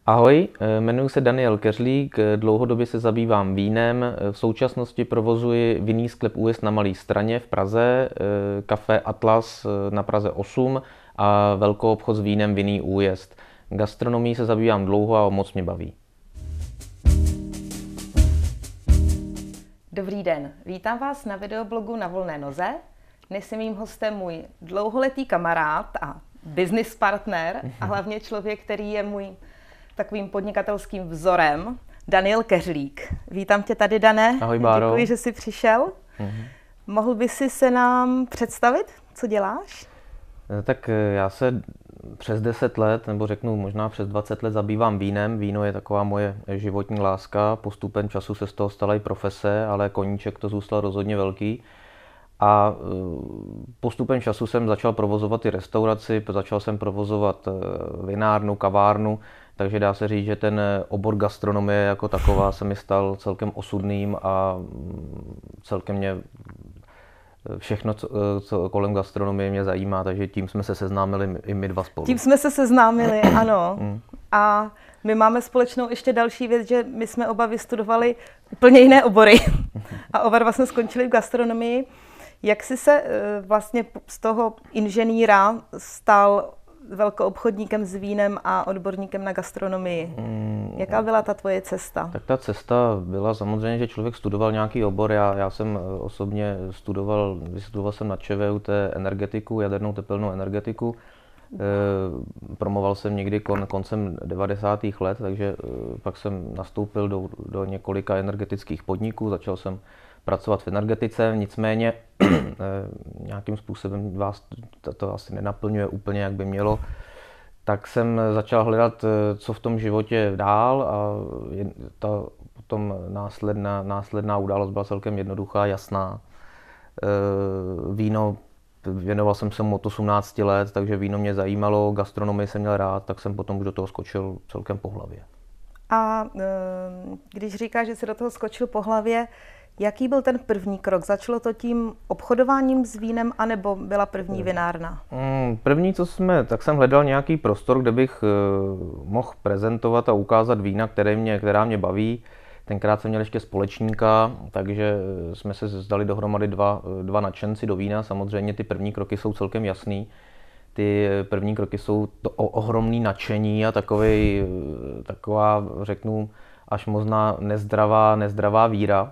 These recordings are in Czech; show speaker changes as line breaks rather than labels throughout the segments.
Ahoj, jmenuji se Daniel Keřlík, dlouhodobě se zabývám vínem, v současnosti provozuji vinný sklep Újezd na Malé Straně v Praze, kafe Atlas na Praze 8 a velkoobchod s vínem Vinný Újezd. Gastronomií se zabývám dlouho a moc mě baví.
Dobrý den, vítám vás na videoblogu Na volné noze. Dnes je mým hostem můj dlouholetý kamarád a business partner a hlavně člověk, který je můj takovým podnikatelským vzorem, Daniel Keřlík. Vítám tě tady, Dané.
Ahoj, Báro.
Děkuji, že jsi přišel. Mohl bys si se nám představit, co děláš?
Tak já se přes 10 let, nebo řeknu možná přes 20 let zabývám vínem. Víno je taková moje životní láska. Postupem času se z toho stala i profese, ale koníček to zůstal rozhodně velký. A postupem času jsem začal provozovat i restauraci, začal jsem provozovat vinárnu, kavárnu, takže dá se říct, že ten obor gastronomie jako taková se mi stal celkem osudným a celkem mě všechno, co kolem gastronomie mě zajímá, takže tím jsme se seznámili i my dva spolu.
Tím jsme se seznámili, ano. A my máme společnou ještě další věc, že my jsme oba vystudovali úplně jiné obory a oba dva jsme skončili v gastronomii. Jak jsi se vlastně z toho inženýra stal velkoobchodníkem s vínem a odborníkem na gastronomii? Jaká byla ta tvoje cesta?
Tak ta cesta byla samozřejmě, že člověk studoval nějaký obor. Já jsem osobně vystudoval jsem na ČVUT energetiku, jadernou tepelnou energetiku. Promoval jsem někdy koncem 90. let, takže pak jsem nastoupil do několika energetických podniků, začal jsem pracovat v energetice, nicméně nějakým způsobem vás to asi nenaplňuje úplně, jak by mělo. Tak jsem začal hledat, co v tom životě dál a potom následná událost byla celkem jednoduchá, jasná. Víno, věnoval jsem se mu od 18 let, takže víno mě zajímalo, gastronomii jsem měl rád, tak jsem potom už do toho skočil celkem po hlavě.
A když říkáš, že jsi do toho skočil po hlavě, jaký byl ten první krok? Začalo to tím obchodováním s vínem, anebo byla první vinárna?
První, tak jsem hledal nějaký prostor, kde bych mohl prezentovat a ukázat vína, která mě baví. Tenkrát jsem měl ještě společníka, takže jsme se zdali dohromady dva nadšenci do vína. Samozřejmě ty první kroky jsou celkem jasný. Ty první kroky jsou to ohromný nadšení a taková, řeknu, až možná nezdravá víra.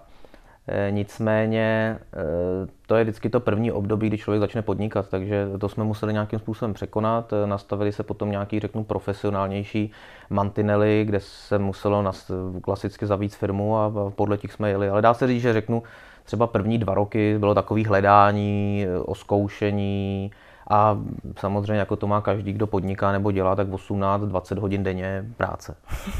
Nicméně to je vždycky to první období, kdy člověk začne podnikat, takže to jsme museli nějakým způsobem překonat. Nastavili se potom nějaký, řeknu, profesionálnější mantinely, kde se muselo klasicky zavít firmu a podle těch jsme jeli. Ale dá se říct, že řeknu, třeba první 2 roky bylo takové hledání, oskoušení a samozřejmě jako to má každý, kdo podniká nebo dělá, tak 18-20 hodin denně práce.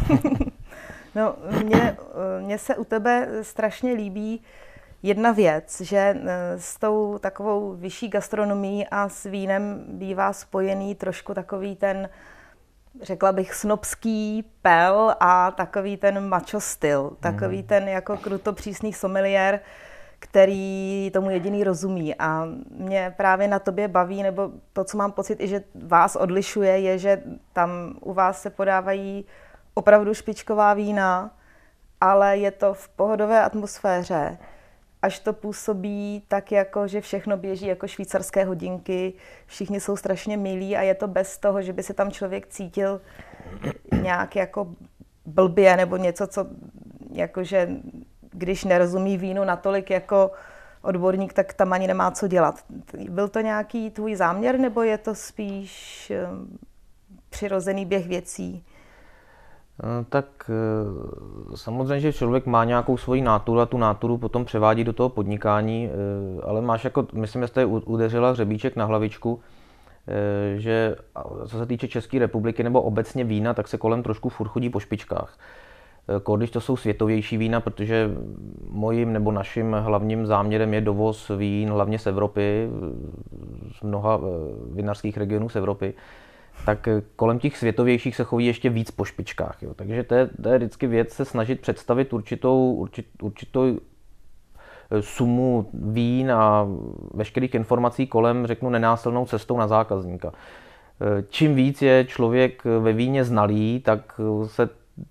No, mně se u tebe strašně líbí jedna věc, že s tou takovou vyšší gastronomií a s vínem bývá spojený trošku takový ten, řekla bych, snobský pel a takový ten macho styl, takový ten jako krutopřísný sommelier, který tomu jediný rozumí. A mě právě na tobě baví, nebo to, co mám pocit, i že vás odlišuje, je, že tam u vás se podávají opravdu špičková vína, ale je to v pohodové atmosféře. Až to působí tak, jako že všechno běží jako švýcarské hodinky, všichni jsou strašně milí a je to bez toho, že by se tam člověk cítil nějak jako blbě nebo něco, co jakože když nerozumí vínu natolik jako odborník, tak tam ani nemá co dělat. Byl to nějaký tvůj záměr, nebo je to spíš přirozený běh věcí?
Tak samozřejmě, že člověk má nějakou svoji náturu a tu náturu potom převádí do toho podnikání, ale máš jako, myslím, že jste udeřila hřebíček na hlavičku, že co se týče České republiky nebo obecně vína, tak se kolem trošku furt chodí po špičkách. Když to jsou světovější vína, protože mojím nebo naším hlavním záměrem je dovoz vín, hlavně z Evropy, z mnoha vinařských regionů z Evropy, tak kolem těch světovějších se choví ještě víc po špičkách. Jo. Takže to je vždycky věc se snažit představit určitou sumu vín a veškerých informací kolem, řeknu, nenásilnou cestou na zákazníka. čím víc je člověk ve víně znalý, tak se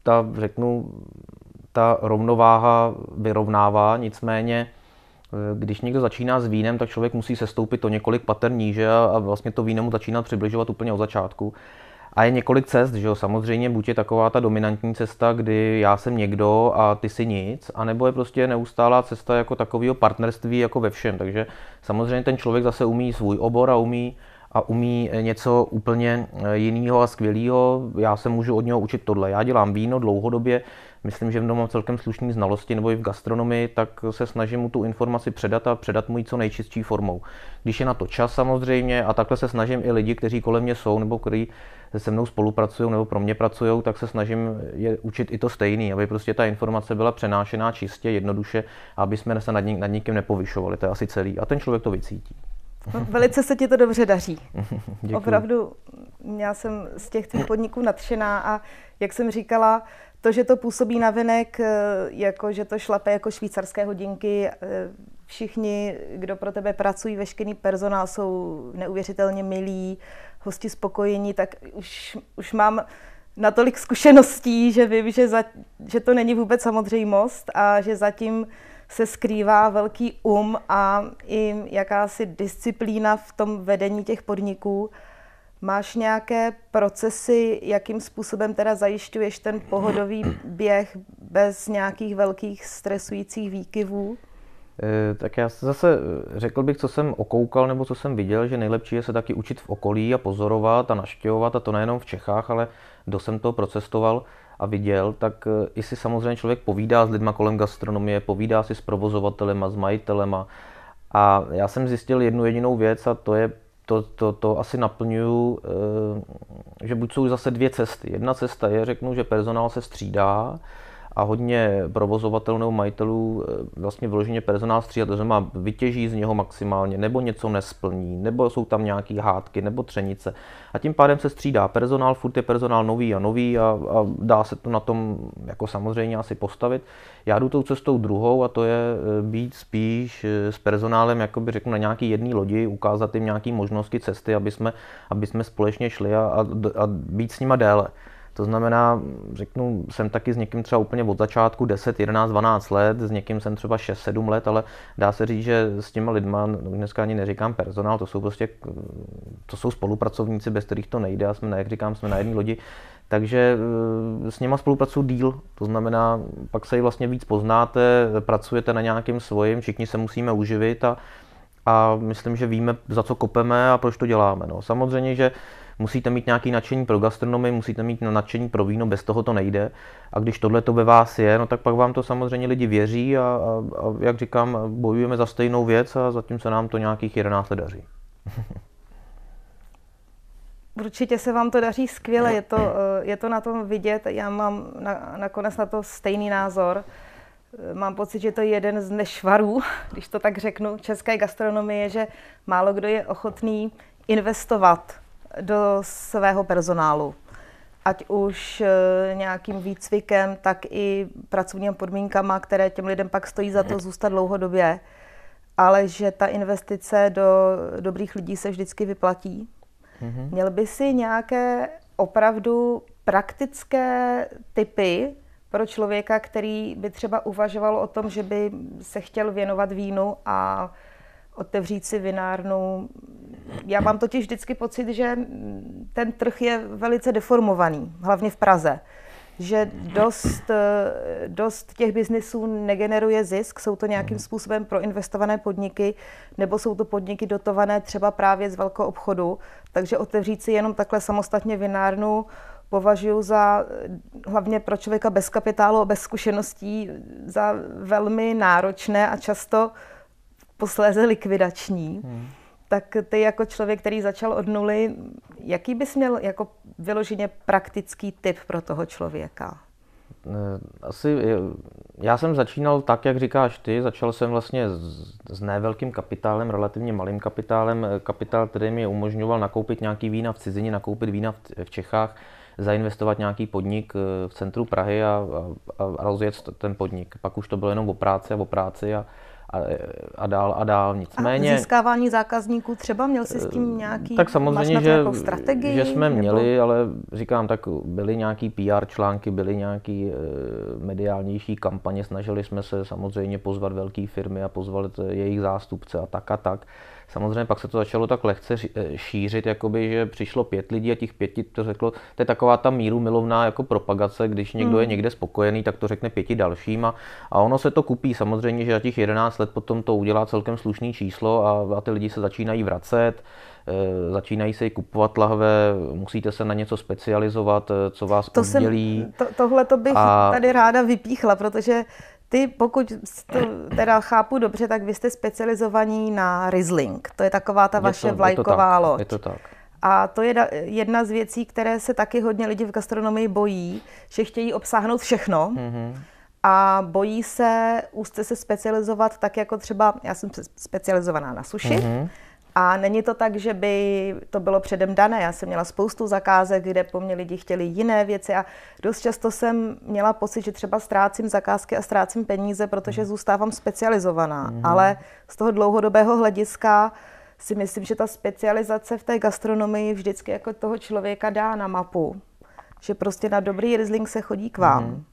ta rovnováha vyrovnává, nicméně když někdo začíná s vínem, tak člověk musí sestoupit o několik pater níže a vlastně to víno mu začíná přibližovat úplně od začátku. A je několik cest, že jo, samozřejmě buď je taková ta dominantní cesta, kdy já jsem někdo a ty si nic, anebo je prostě neustálá cesta jako takového partnerství jako ve všem. Takže samozřejmě ten člověk zase umí svůj obor a umí něco úplně jiného a skvělého. Já se můžu od něho učit tohle. Já dělám víno dlouhodobě, myslím, že v tom mám celkem slušné znalosti, nebo i v gastronomii, tak se snažím mu tu informaci předat a předat mu ji co nejčistší formou. Když je na to čas samozřejmě, a takhle se snažím i lidi, kteří kolem mě jsou, nebo kteří se mnou spolupracují nebo pro mě pracují, tak se snažím je učit i to stejný, aby prostě ta informace byla přenášená čistě, jednoduše, aby jsme se nad nikým nepovyšovali. To je asi celý. A ten člověk to vycítí.
No, velice se ti to dobře daří.
Děkuji.
Opravdu, já jsem z těch tvých podniků nadšená a jak jsem říkala, to, že to působí navenek, jako že to šlape jako švýcarské hodinky, všichni, kdo pro tebe pracují, veškerý personál jsou neuvěřitelně milí, hosti spokojení, tak už mám natolik zkušeností, že vím, že to není vůbec samozřejmost a že zatím se skrývá velký a i jakási disciplína v tom vedení těch podniků. Máš nějaké procesy, jakým způsobem teda zajišťuješ ten pohodový běh bez nějakých velkých stresujících výkyvů?
Tak já zase řekl bych, co jsem okoukal nebo co jsem viděl, že nejlepší je se taky učit v okolí a pozorovat a navštěvovat, a to nejenom v Čechách, ale kdo jsem to procestoval a viděl, tak i si samozřejmě člověk povídá s lidma kolem gastronomie, povídá si s provozovatelema, s majitelema. A já jsem zjistil jednu jedinou věc, a to je, to asi naplňuju, že buď jsou zase dvě cesty. Jedna cesta je, řeknu, že personál se střídá a hodně provozovatelů nebo majitelů vlastně vyloženě personál střídá, to znamená vytěží z něho maximálně, nebo něco nesplní, nebo jsou tam nějaké hádky, nebo třenice. A tím pádem se střídá personál, furt je personál nový a dá se to na tom jako samozřejmě asi postavit. Já jdu tou cestou druhou, a to je být spíš s personálem, jakoby řeknu, na nějaký jedné lodi, ukázat jim nějaké možnosti cesty, aby jsme společně šli a být s nima déle. To znamená, řeknu, jsem taky s někým třeba úplně od začátku 10, 11, 12 let, s někým jsem třeba 6, 7 let, ale dá se říct, že s těma lidma, dneska ani neříkám personál, to jsou spolupracovníci, bez kterých to nejde, a jsme, jak říkám, jsme na jedné lodi, takže s nima spolupracuju díl, to znamená, pak se i vlastně víc poznáte, pracujete na nějakém svojím, všichni se musíme uživit a myslím, že víme, za co kopeme a proč to děláme. No. Samozřejmě, že musíte mít nějaké nadšení pro gastronomii, musíte mít nadšení pro víno, bez toho to nejde. A když tohle to ve vás je, no tak pak vám to samozřejmě lidi věří a jak říkám, bojujeme za stejnou věc a zatím se nám to nějakých 11 let daří.
Určitě se vám to daří skvěle, je to na tom vidět, já mám nakonec na to stejný názor. Mám pocit, že to je jeden z nešvarů, když to tak řeknu, české gastronomie, že málo kdo je ochotný investovat do svého personálu. Ať už nějakým výcvikem, tak i pracovními podmínkama, které těm lidem pak stojí za to zůstat dlouhodobě. Ale že ta investice do dobrých lidí se vždycky vyplatí. Měl by si nějaké opravdu praktické tipy pro člověka, který by třeba uvažoval o tom, že by se chtěl věnovat vínu a otevřít si vinárnu. Já mám totiž vždycky pocit, že ten trh je velice deformovaný, hlavně v Praze. Že dost těch biznisů negeneruje zisk, jsou to nějakým způsobem proinvestované podniky, nebo jsou to podniky dotované třeba právě z velkého obchodu. Takže otevřít si jenom takhle samostatně vinárnu považuji za, hlavně pro člověka bez kapitálu a bez zkušeností, za velmi náročné a často posléze likvidační. Tak ty jako člověk, který začal od nuly, jaký bys měl jako vyloženě praktický tip pro toho člověka?
Já jsem začínal tak, jak říkáš ty, začal jsem vlastně s nevelkým kapitálem, relativně malým kapitálem, kapitál, který mi umožňoval nakoupit nějaký vína v cizině, nakoupit vína v Čechách, zainvestovat nějaký podnik v centru Prahy a rozjet ten podnik. Pak už to bylo jenom o práci a dál. Nicméně...
A získávání zákazníků třeba měl jsi s tím nějaký...
Tak samozřejmě, že,
strategii,
že jsme
nebo...
měli, ale říkám, tak byly nějaký PR články, byly nějaký mediálnější kampaně, snažili jsme se samozřejmě pozvat velké firmy a pozvat jejich zástupce a tak. Samozřejmě pak se to začalo tak lehce šířit, jakoby, že přišlo 5 lidí a těch 5 to řeklo, to je taková ta míru milovná jako propagace, když někdo je někde spokojený, tak to řekne 5 dalším a ono se to kupí. Samozřejmě, že za těch 11 let potom to udělá celkem slušný číslo a ty lidi se začínají vracet, začínají se kupovat lahve, musíte se na něco specializovat, co vás oddělí.
Tohle to bych tady ráda vypíchla, protože ty, pokud to teda chápu dobře, tak vy jste specializovaní na Riesling. To je taková ta vaše vlajková loď.
Je to tak.
A to je jedna z věcí, které se taky hodně lidi v gastronomii bojí, že chtějí obsáhnout všechno a bojí se úzce se specializovat tak jako třeba, já jsem specializovaná na sushi, a není to tak, že by to bylo předem dané. Já jsem měla spoustu zakázek, kde po mně lidi chtěli jiné věci a dost často jsem měla pocit, že třeba ztrácím zakázky a ztrácím peníze, protože zůstávám specializovaná. Ale z toho dlouhodobého hlediska si myslím, že ta specializace v té gastronomii vždycky jako toho člověka dá na mapu. Že prostě na dobrý Riesling se chodí k vám.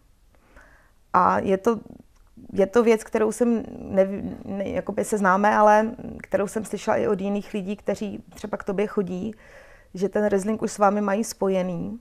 A je to věc, kterou jsem, jakoby se známe, ale kterou jsem slyšela i od jiných lidí, kteří třeba k tobě chodí, že ten Riesling už s vámi mají spojený.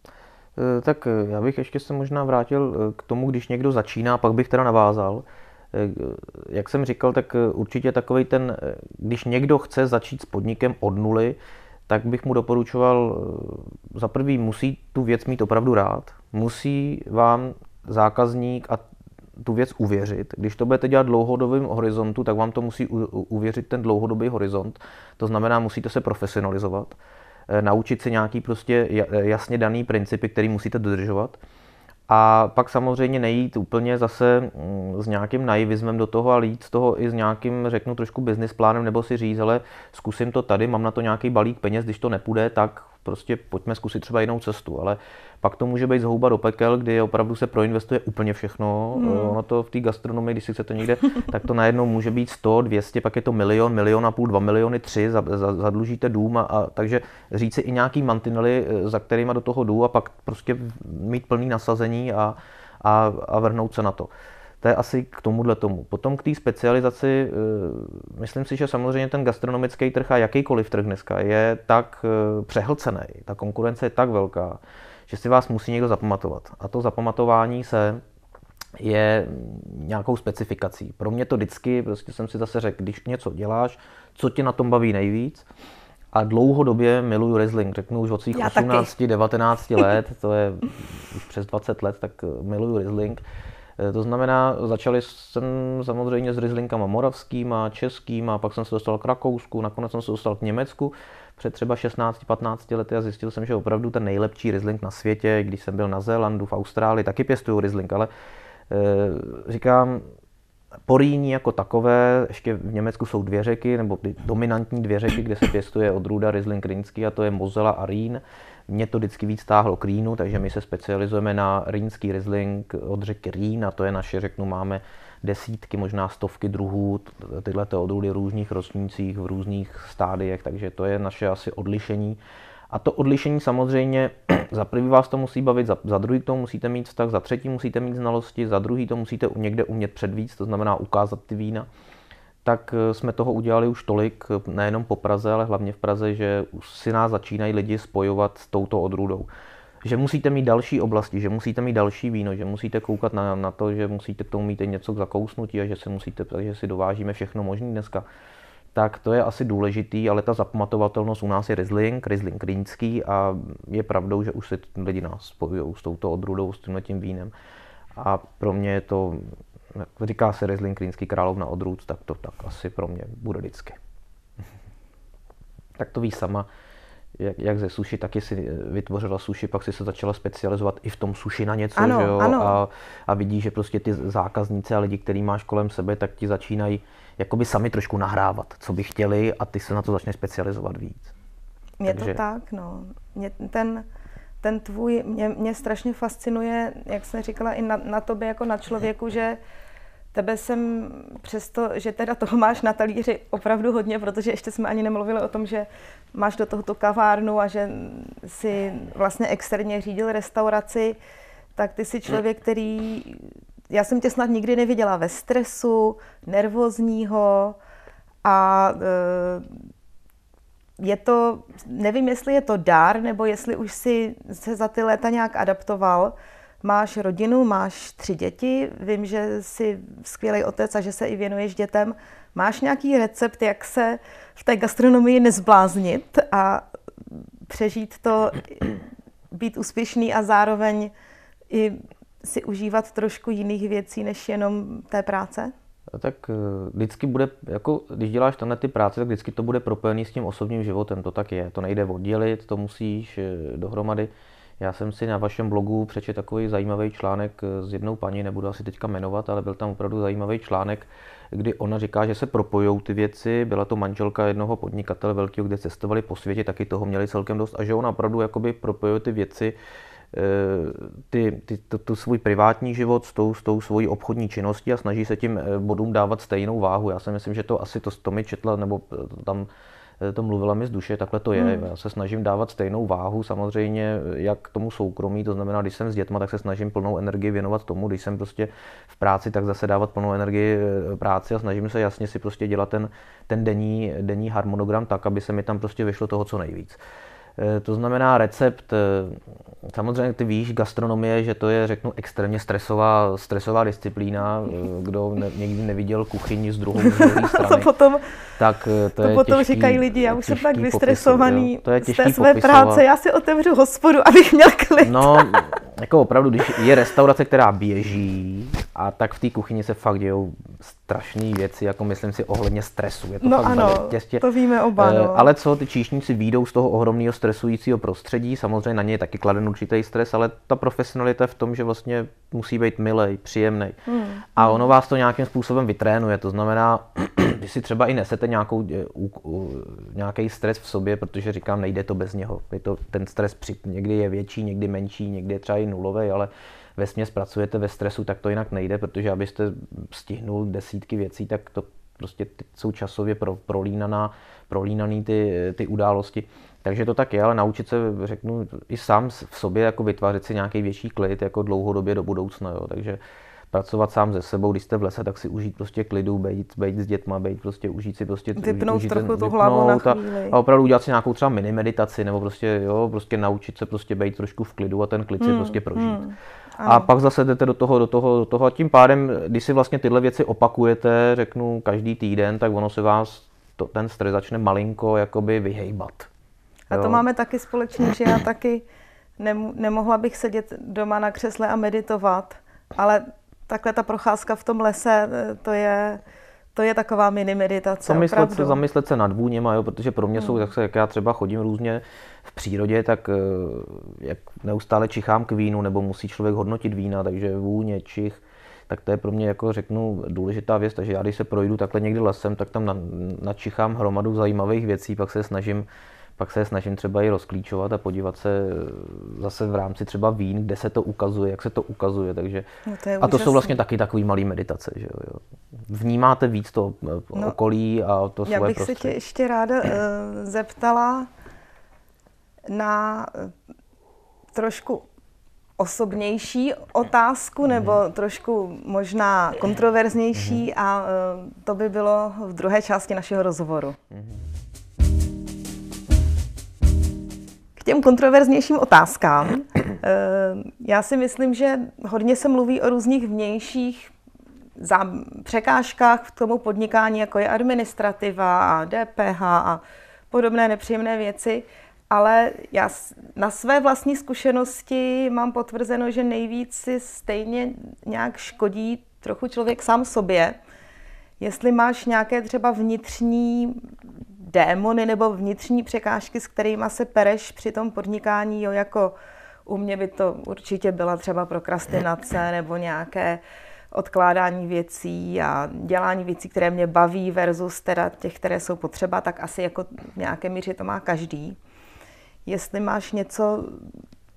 Tak já bych ještě se možná vrátil k tomu, když někdo začíná, pak bych teda navázal. Jak jsem říkal, tak určitě takovej ten, když někdo chce začít s podnikem od nuly, tak bych mu doporučoval, za prvý musí tu věc mít opravdu rád, musí vám zákazník a tu věc uvěřit. Když to budete dělat dlouhodobým horizontu, tak vám to musí uvěřit ten dlouhodobý horizont. To znamená, musíte se profesionalizovat, naučit si nějaký prostě jasně daný principy, který musíte dodržovat. A pak samozřejmě nejít úplně zase s nějakým naivismem do toho, ale jít z toho i s nějakým, řeknu, trošku business plánem, nebo si říct, ale zkusím to tady, mám na to nějaký balík peněz, když to nepůjde, tak prostě pojďme zkusit třeba jinou cestu. Ale pak to může být z houba do pekel, kdy opravdu se proinvestuje úplně všechno. Ono to v té gastronomii, když si chcete někde, tak to najednou může být 100, 200, pak je to milion, 1,5 milionu, 2 miliony, 3, zadlužíte dům a takže říct si i nějaký mantinely, za kterýma do toho jdu a pak prostě mít plný nasazení a vrhnout se na to. To je asi k tomuhle tomu. Potom k té specializaci, myslím si, že samozřejmě ten gastronomický trh a jakýkoliv trh dneska je tak přehlcený, ta konkurence je tak velká, že si vás musí někdo zapamatovat. A to zapamatování se je nějakou specifikací. Pro mě to vždycky, prostě jsem si zase řekl, když něco děláš, co tě na tom baví nejvíc, a dlouhodobě miluju Riesling, řeknu už od svých 18, 19 let, to je už přes 20 let, tak miluju Riesling. To znamená, začali jsem samozřejmě s Rieslingama moravskýma, českýma, pak jsem se dostal k Rakousku, nakonec jsem se dostal k Německu před třeba 16-15 lety a zjistil jsem, že opravdu ten nejlepší Riesling na světě, když jsem byl na Zélandu, v Austrálii, taky pěstuju Riesling, ale říkám, Porýní jako takové, ještě v Německu jsou 2 řeky, nebo dominantní 2 řeky, kde se pěstuje odrůda Riesling rýnský a to je Mosela a Rýn. Mě to vždycky víc táhlo k Rýnu, takže my se specializujeme na rýnský Riesling od řeky Rýn a to je naše, řeknu, máme desítky, možná stovky druhů, tyhle odrůdy v různých ročnících, v různých stádiích, takže to je naše asi odlišení. A to odlišení samozřejmě, za prvý vás to musí bavit, za druhý to musíte mít vztah, za třetí musíte mít znalosti, za druhý to musíte někde umět předvíct, to znamená ukázat ty vína. Tak jsme toho udělali už tolik, nejenom po Praze, ale hlavně v Praze, že už si nás začínají lidi spojovat s touto odrůdou. Že musíte mít další oblasti, že musíte mít další víno, že musíte koukat na to, že musíte k tomu mít něco k zakousnutí a že si dovážíme všechno možné dneska. Tak to je asi důležitý, ale ta zapamatovatelnost u nás je Riesling rýnský a je pravdou, že už si lidi nás spojují s touto odrůdou, s tím vínem. A pro mě je to, říká se Riesling rýnský, královna odrůd, tak to tak asi pro mě bude vždycky. Tak to víš sama, jak ze sushi, taky si vytvořila sushi, pak si se začala specializovat i v tom sushi na něco,
ano,
že jo?
Ano.
A vidíš, že prostě ty zákazníci a lidi, který máš kolem sebe, tak ti začínají jakoby sami trošku nahrávat, co by chtěli a ty se na to začneš specializovat víc.
Takže... to tak, no. Ten tvůj, mě strašně fascinuje, jak jsem říkala, i na tobě jako na člověku, že tebe jsem přesto, že teda toho máš na talíři opravdu hodně, protože ještě jsme ani nemluvili o tom, že máš do tohoto kavárnu a že si vlastně externě řídil restauraci, tak ty jsi člověk, který... Já jsem tě snad nikdy neviděla ve stresu, nervózního a je to, nevím, jestli je to dar, nebo jestli už si se za ty léta nějak adaptoval. Máš rodinu, máš 3 děti, vím, že jsi skvělý otec a že se i věnuješ dětem. Máš nějaký recept, jak se v té gastronomii nezbláznit a přežít to, být úspěšný a zároveň i si užívat trošku jiných věcí, než jenom té práce?
Tak vždycky bude, jako když děláš tenhle ty práce, tak vždycky to bude propojený s tím osobním životem, to tak je. To nejde oddělit, to musíš dohromady. Já jsem si na vašem blogu přečetl takový zajímavý článek s jednou paní, nebudu asi teďka jmenovat, ale byl tam opravdu zajímavý článek, kdy ona říká, že se propojou ty věci. Byla to manželka jednoho podnikatele velkého, kde cestovali po světě, taky toho měli celkem dost a že ona opravdu jakoby propojuje ty věci, tu svůj privátní život s tou svojí obchodní činností a snaží se tím bodům dávat stejnou váhu. Já si myslím, že to asi to mi četla, nebo tam to mluvila mi z duše, takhle to je. Já se snažím dávat stejnou váhu, samozřejmě jak tomu soukromí, to znamená, když jsem s dětma, tak se snažím plnou energii věnovat tomu, když jsem prostě v práci, tak zase dávat plnou energii práci a snažím se jasně si prostě dělat ten denní harmonogram tak, aby se mi tam prostě vyšlo toho co nejvíc. To znamená recept, samozřejmě ty víš, gastronomie, že to je, řeknu, extrémně stresová disciplína. Kdo někdy neviděl kuchyni z druhé strany,
to potom,
tak to je
potom
těžký,
říkají lidi, já už jsem tak vystresovaný
to je
z té své
popisovat.
práce, já si otevřu hospodu, abych měl klid.
No, jako opravdu, když je restaurace, která běží, a tak v té kuchyni se fakt dějou strašné věci, jako myslím si ohledně stresu. Je to
no
fakt
ano, to víme oba. No.
Ale co, ty číšníci výjdou z toho ohromného stresujícího prostředí, samozřejmě na ně je taky kladen určitý stres, ale ta profesionalita je v tom, že vlastně musí být milej, příjemnej. A ono vás to nějakým způsobem vytrénuje, to znamená, když si třeba i nesete nějaký stres v sobě, protože říkám, nejde to bez něho. Ten stres někdy je větší, někdy menší, někdy je třeba i nulový, ale vesměs pracujete ve stresu, tak to jinak nejde, protože abyste stihnul desítky věcí, tak to prostě jsou časově prolínaný ty události. Takže to tak je, ale naučit se, řeknu, i sám v sobě jako vytvářet si nějaký větší klid jako dlouhodobě do budoucna. Jo. Takže pracovat sám se sebou, když jste v lese, tak si užít prostě klidu, být s dětma, užít si prostě
vypnout trochu tu hlavu na chvíli.
A opravdu udělat si nějakou třeba mini meditaci, nebo prostě naučit se prostě být trošku v klidu a ten klid si prostě prožít. A pak zase jdete do toho a tím pádem, když si vlastně tyhle věci opakujete, řeknu, každý týden, tak ono se vás ten stres začne malinko jakoby vyhejbat.
A to máme taky společně, že já taky nemohla bych sedět doma na křesle a meditovat, ale takhle ta procházka v tom lese, to je taková mini meditace.
Zamyslet se nad vůněma, jo, protože pro mě jsou, jak já třeba chodím různě v přírodě, tak jak neustále čichám k vínu, nebo musí člověk hodnotit vína, takže vůně, čich, tak to je pro mě, jako řeknu, důležitá věc. Takže já když se projdu takhle někdy lesem, tak tam načichám hromadu zajímavých věcí, pak se snažím třeba i rozklíčovat a podívat se zase v rámci třeba vín, kde se to ukazuje, jak se to ukazuje. Takže, a to jsou vlastně taky takový malý meditace. Že jo. Vnímáte víc to okolí a to svoje prostředí.
Já bych se tě ještě ráda zeptala na trošku osobnější otázku, nebo trošku možná kontroverznější, a to by bylo v druhé části našeho rozhovoru. K těm kontroverznějším otázkám. Já si myslím, že hodně se mluví o různých vnějších překážkách k tomu podnikání, jako je administrativa a DPH a podobné nepříjemné věci. Ale já na své vlastní zkušenosti mám potvrzeno, že nejvíc si stejně nějak škodí trochu člověk sám sobě. Jestli máš nějaké třeba vnitřní démony nebo vnitřní překážky, s kterými se pereš při tom podnikání, jo, jako u mě by to určitě byla třeba prokrastinace nebo nějaké odkládání věcí a dělání věcí, které mě baví versus teda těch, které jsou potřeba, tak asi jako v nějaké míře to má každý. Jestli máš něco...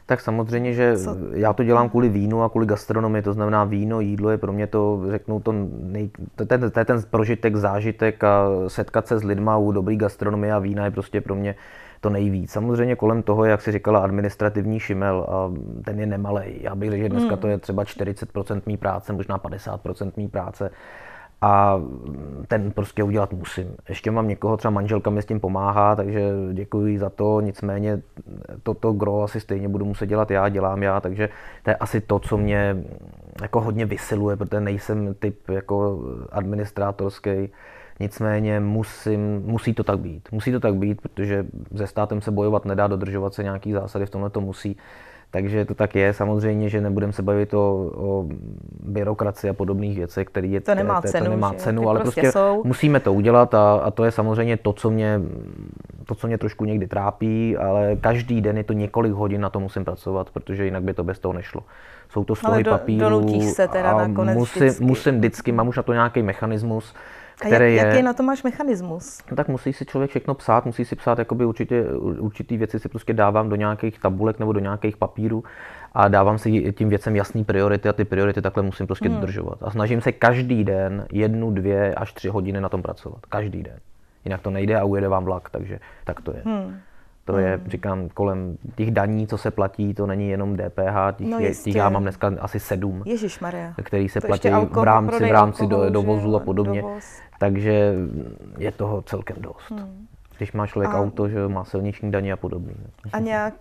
Tak samozřejmě, že já to dělám kvůli vínu a kvůli gastronomii, to znamená víno, jídlo je pro mě to, řeknu to, to je ten prožitek, zážitek a setkat se s lidma u dobrý gastronomie a vína je prostě pro mě to nejvíc. Samozřejmě kolem toho, jak si říkala, administrativní šimel a ten je nemalej. Já bych řekl, že dneska to je třeba 40% mý práce, možná 50% mý práce. A ten prostě udělat musím. Ještě mám někoho, třeba manželka mi s tím pomáhá, takže děkuji za to, nicméně to gro asi stejně budu muset dělat já, dělám já, takže to je asi to, co mě jako hodně vysiluje, protože nejsem typ jako administrátorský, nicméně musí to tak být. Musí to tak být, protože se státem se bojovat nedá, dodržovat se nějaký zásady, v tomhle to musí. Takže to tak je. Samozřejmě, že nebudeme se bavit o byrokracii a podobných věcech, které je
to nemá cenu,
ale prostě musíme to udělat a to je samozřejmě to, co mě trošku někdy trápí, ale každý den je to několik hodin, na to musím pracovat, protože jinak by to bez toho nešlo. Jsou to stoly papíru
donutíš se teda nakonec
musím vždycky, mám už na to nějaký mechanismus.
Jaký na to máš mechanismus?
No tak musí si člověk všechno psát, musí si psát jakoby určitý věci si prostě dávám do nějakých tabulek nebo do nějakých papírů a dávám si tím věcem jasný priority a ty priority takhle musím prostě dodržovat. A snažím se každý den 1, 2 až 3 hodiny na tom pracovat. Každý den. Jinak to nejde a ujede vám vlak, takže tak to je. To je, říkám, kolem těch daní, co se platí, to není jenom DPH, těch já mám dneska asi 7, který se platí v rámci dovozu a podobně. Takže je toho celkem dost. Když má člověk auto, že má silniční daně a podobně.
A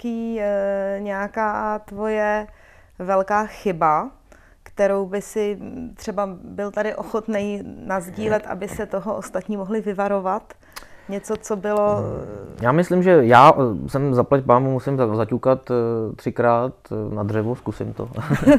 nějaká tvoje velká chyba, kterou by si třeba byl tady ochotnej nasdílet, aby se toho ostatní mohli vyvarovat? Něco, co bylo...
Já myslím, že já jsem zaplať pámu, musím zaťukat 3krát na dřevo, zkusím to.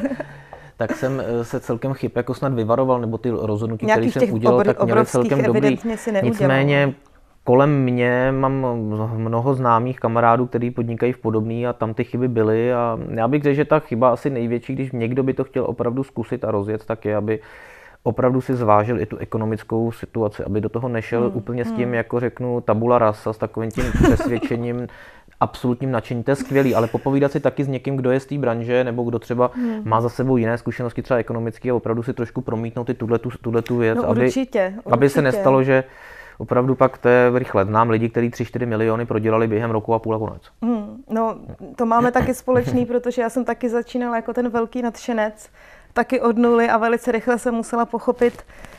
Tak jsem se celkem chyb jako snad vyvaroval, nebo ty rozhodnutí, které jsem udělal, tak měly celkem dobrý. Nicméně kolem mě mám mnoho známých kamarádů, kteří podnikají v podobný a tam ty chyby byly a já bych řekl, že ta chyba asi největší, když někdo by to chtěl opravdu zkusit a rozjet, tak je, aby opravdu si zvážil i tu ekonomickou situaci, aby do toho nešel úplně s tím, jako řeknu, tabula rasa, s takovým tím přesvědčením, absolutním nadšením. To je skvělý, ale popovídat si taky s někým, kdo je z té branže, nebo kdo třeba má za sebou jiné zkušenosti, třeba ekonomické, a opravdu si trošku promítnout i tuhletu věc, aby se nestalo, že opravdu pak to je rychle. Znám lidi, kteří 3-4 miliony prodělali během roku a půl a konec.
No, to máme taky společný, protože já jsem taky začínala jako ten velký nadšenec, taky od nuly a velice rychle jsem musela pochopit,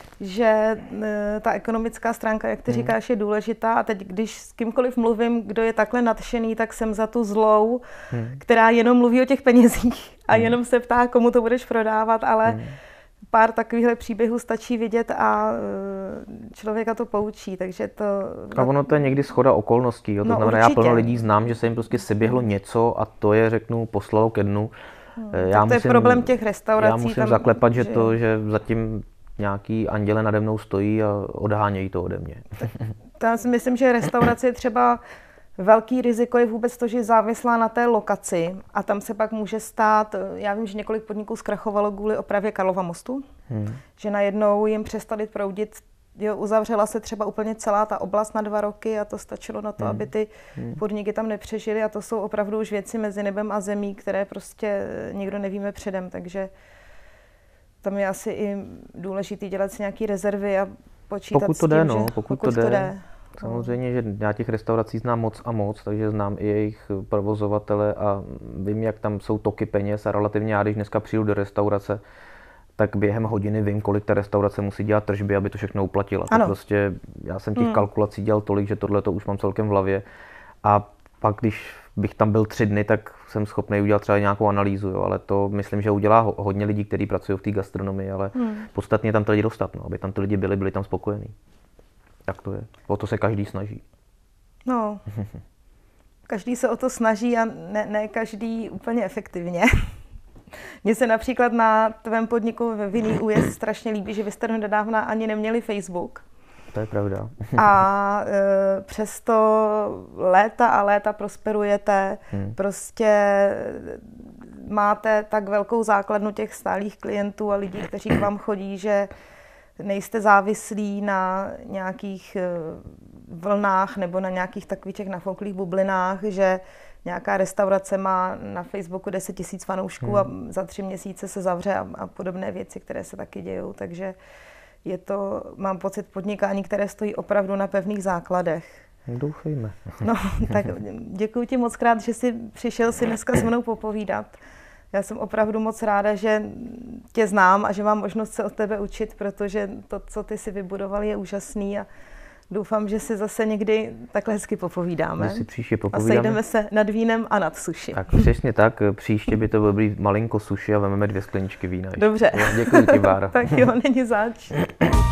že ta ekonomická stránka, jak ty říkáš, je důležitá a teď, když s kýmkoliv mluvím, kdo je takhle nadšený, tak jsem za tu zlou, která jenom mluví o těch penězích a jenom se ptá, komu to budeš prodávat, ale pár takovýchhle příběhů stačí vidět a člověka to poučí, takže to...
A ono to je někdy shoda okolností, jo? To znamená, já plno lidí znám, že se jim prostě seběhlo něco a to je, řeknu, poslalo ke dnu.
To je problém těch restaurací.
Já musím zaklepat, že zatím nějaký anděle nade mnou stojí a odhánějí to ode mě.
To já si myslím, že restaurace je třeba velký riziko je vůbec to, že je závislá na té lokaci a tam se pak může stát, já vím, že několik podniků zkrachovalo kvůli opravě Karlova mostu, že najednou jim přestali proudit, uzavřela se třeba úplně celá ta oblast na 2 roky a to stačilo na to, aby ty podniky tam nepřežily a to jsou opravdu už věci mezi nebem a zemí, které prostě nikdo nevíme předem, takže tam je asi i důležitý dělat si nějaký rezervy a počítat
pokud to
s tím,
jde,
že pokud to jde.
Samozřejmě, že já těch restaurací znám moc a moc, takže znám i jejich provozovatele a vím, jak tam jsou toky peněz a relativně já, když dneska přijdu do restaurace, tak během hodiny vím, kolik ta restaurace musí dělat tržby, aby to všechno uplatila. To prostě, já jsem těch kalkulací dělal tolik, že tohle to už mám celkem v hlavě. A pak, když bych tam byl 3 dny, tak jsem schopný udělat třeba nějakou analýzu, jo, ale to myslím, že udělá hodně lidí, kteří pracují v té gastronomii, ale podstatně tam ty lidi dostat, no, aby tam ty lidi byli tam spokojení. Tak to je. O to se každý snaží.
No, každý se o to snaží a ne každý úplně efektivně. Mně se například na tvém podniku ve Vinný újezd strašně líbí, že vy jste nedávna ani neměli Facebook.
To je pravda.
A přesto léta a léta prosperujete, prostě máte tak velkou základnu těch stálých klientů a lidí, kteří k vám chodí, že nejste závislí na nějakých vlnách nebo na nějakých takových těch nafouklých bublinách, že nějaká restaurace má na Facebooku 10 000 fanoušků a za 3 měsíce se zavře a podobné věci, které se taky dějou. Takže je to, mám pocit, podnikání, které stojí opravdu na pevných základech.
Doufejme.
No, tak děkuji ti moc krát, že jsi přišel si dneska s mnou popovídat. Já jsem opravdu moc ráda, že tě znám a že mám možnost se od tebe učit, protože to, co ty si vybudoval, je úžasný a doufám, že si zase někdy takhle hezky popovídáme.
Si příště popovídáme.
A sejdeme se nad vínem a nad suši.
Tak přesně tak, příště by to bylo být malinko suši a vezmeme 2 skleničky vína.
Dobře.
Děkuji ti, Báro.
Tak jo, není zač.